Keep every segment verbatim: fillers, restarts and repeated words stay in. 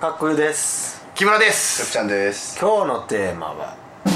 かっこゆです。 木村でよす。 っちゃんです。 今日のテーマは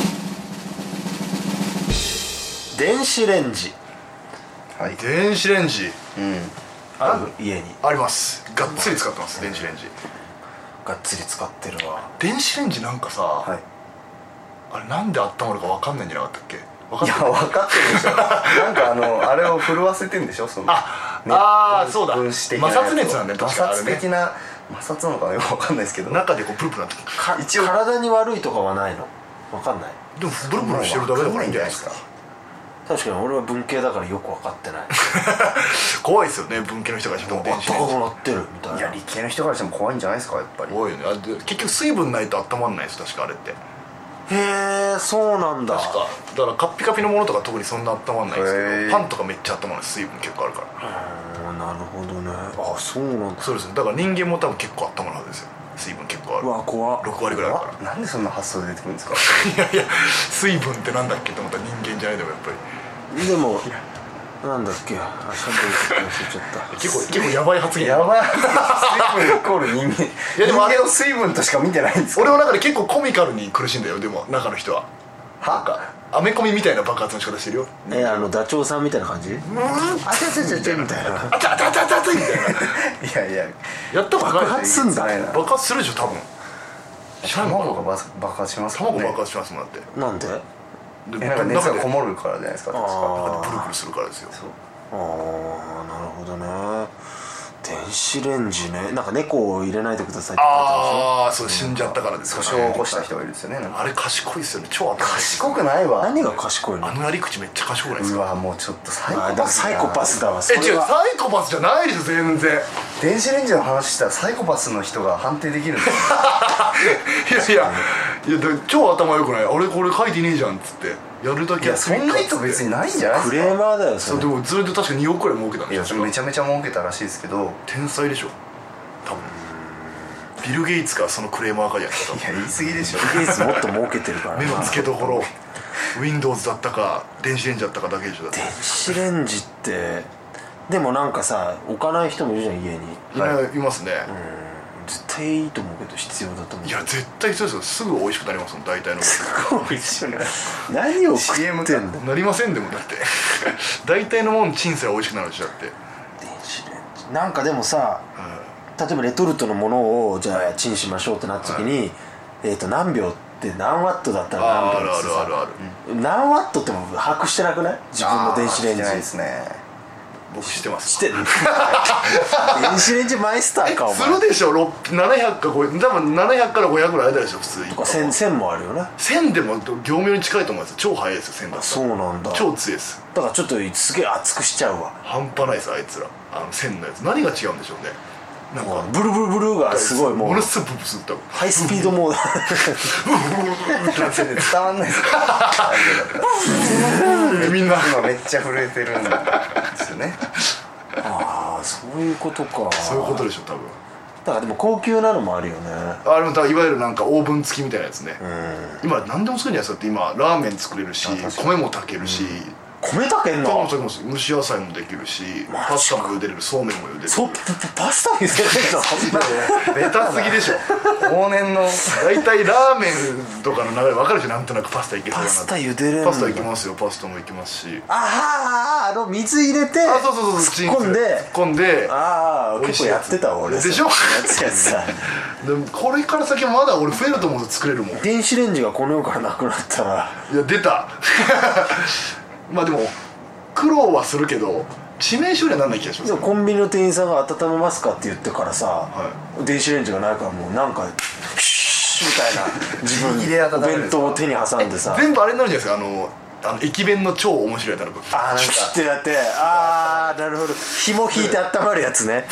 電子レンジ。 はい。 電子レンジうんある？家にあります。がっつり使ってます、電子レンジ。 がっつり使ってるわ。 電子レンジなんかさ、 はい。 あれなんで温まるか分かんないんじゃなかったっけ？分かいやってる？ 分かってるでしょ。なんかあのあれを震わせてんでしょ、そのあ、 ねあーそうだ、 分子的なやつ摩擦熱なんだよ確かあれね。 摩擦的な摩擦なのかな、よく分かんないですけど。 中でこうプルプルなってくる。 か一応体に悪いとかはないの？わかんない。 でもブルブルしてるだけだからいいんじゃないですか。 確かに俺は文系だからよく分かってない。 怖いですよね、文系の人がしても電子レンジ。 高くなってるみたいな。 いや理系の人からしても怖いんじゃないですか、やっぱり。 怖いよね。あで結局水分ないと温まんないです、確かあれって。 へえ、そうなんだ。 確かだからカッピカピのものとか特にそんな温まんないですけへーど、パンとかめっちゃ温まるんです、水分結構あるから。 あーなるほどね。あ、そうなんだ。 そうですね、だから人間も多分結構温まるはずですよ、水分結構あうる。 わ怖っ。 ろく割ぐらいあるかなんでそんな発想で出てくるんですか。 ら。いやいや、水分ってなんだっけと思ったら人間じゃないでもやっぱりでもなんだっけ、あ、しゃべると忘れちゃった結構結構やばい発言。 やばい。水分イコール人間。 いやでもあれ人間の水分としか見てないんですか。 俺の中で結構コミカルに苦しいんだよ、でも中の人はなんはかアメコミみたいな爆発の仕方してるよ。 え、あのダチョウさんみたいな感じ？ うーんあちゃちゃちゃちゃみたいな。 あちゃあちゃあちゃあちゃあちゃみたいな。 いやいややったことない爆発すんだ。 ないな。 爆発するでしょ多分。 卵が爆爆発しますからね。 卵爆発しますもんだって。 なんで？ でえ、なんか熱が中でこもるからじゃないですか。確かあプルプルするからですよ。 そう。 ああ、なるほどね。電子レンジね。なんか猫を入れないでくださいって書いてああ、そう死んじゃったからですよ訴訟を起こした人がいるんですよね。なんかあれ賢いっすよね、超頭いい。 賢くないわ。 ます。何が賢いの？ あのやり口めっちゃ賢くないですか？ うわ、もうちょっとサイコあ、だからパスサイコパスだわ。そえ、違う、 れはサイコパスじゃないですよ全然。 電子レンジの話したらサイコパスの人が判定できるんですよ。 いやいやいや、だ超頭良くない。俺これ書いてねえじゃんっつってやるだけいや、そんな意図別にないんじゃないですか。 クレーマーだよそれ。 そうでもそれで確かにおくくらい儲けたんいや、 ですよ。 めちゃめちゃ儲けたらしいですけど。 天才でしょ多分。ビル・ゲイツがそのクレーマーかじゃないですか。 いや、言い過ぎでしょ。 ビル・ゲイツもっと儲けてるからな。 目の付けどころWindows だったか電子レンジだったかだけでしょ。だって電子レンジってでもなんかさ、置かない人もいるじゃん家に。 いやいますね。 絶対いいと思うけど必要だと思う。 いや絶対必要ですよ。すぐ美味しくなりますもん大体の。 すごい一緒に何を食ってんだ。 なりませんでもだって大体のもんチンすら美味しくなるしだって。 電子レンジなんかでもさ、 う例えばレトルトのものをじゃあチンしましょうってなった時に、えっと何秒って何ワットだったら何あるあ秒ってさ、 るあるある。 何ワットっても把握してなくない？自分の電子レンジあーしてないですね。 僕知ってます。 してる電子レンジマイスターかおす前るでしょ。ななひゃくかごひゃく、多分ななひゃくからごひゃくぐらい間でしょ普通。 とかせんせんもあるよね。 せんでも業務用に近いと思います。超早いですよせんだったら。 そうなんだ。 超強いです。 だからちょっとすげえ熱くしちゃうわ。 半端ないですあいつら。あのせんのやつ何が違うんでしょうね。なんかブルブルブルがすごいもうものすごいブブスってハイスピードモード全然伝わんないですか。 みんな今めっちゃ震えてるんですよね。 ああ、そういうことか。 そういうことでしょ多分。 だからでも高級なのもあるよね。 あれもだからいわゆるなんかオーブン付きみたいなやつね。今何でも作るんじゃないですか。だって今ラーメン作れるし米も炊けるし、 米炊けんの？ 多分それも蒸し野菜もできるし、パスタも茹でれる、そうめんも茹でれる。 そう、パスタ茹でれるの？ ベタすぎでしょ。 往年の大体ラーメンとかの流れ分かるでしょ。なんとなくパスタいけそうだな。 パスタ茹でれるんだ。 パスタいきますよ。パスタもいきますし。 ああ、あの水入れてあ、そうそうそう、 突っ込んで突っ込んで。 ああ、 美味しいやつ結構やってたわ俺。 でしょ。 やつやつだ。 でもこれから先まだ俺増えると思うと作れるもん。い電子レンジがこの世からなくなったらや出たまあでも苦労はするけど致命傷にはなんない気がします。 でもコンビニの店員さんが温めますかって言ってからさ、 は電子レンジがないからもうなんかシュッみたいな自分自力で温めるんお弁当を手に挟んでさ、 全部あれになるじゃないですか。あのあの駅弁の超面白いやつある。 あーなんかシュッてやってああなるほど、紐引いて温まるやつね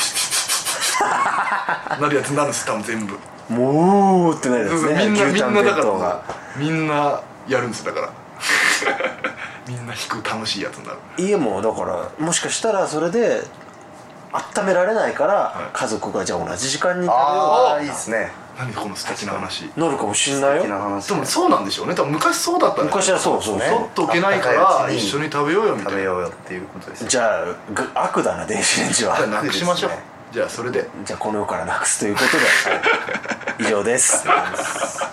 なるやつになるんです多分全部。 もうってなるやつね。 みんなみん牛タンなだから弁当がみんなやるんですだからみんな引く楽しいやつになる。 家もだからもしかしたらそれで温められないから、 はい家族がじゃあ同じ時間に食べよああいいですね。 何この素敵な話。 うなるかもしんないよ。 素敵な話。 でもそうなんでしょうね。多分昔そうだったんだよ。 昔はそうそうそう取っとけないかあったらかいうちに一緒に食べようよみたいな。 食べようよっていうことですね。 じゃあぐ悪だな電子レンジはじゃあなくしましょう悪ですね。 じゃあそれでじゃあこの世からなくすということで以上です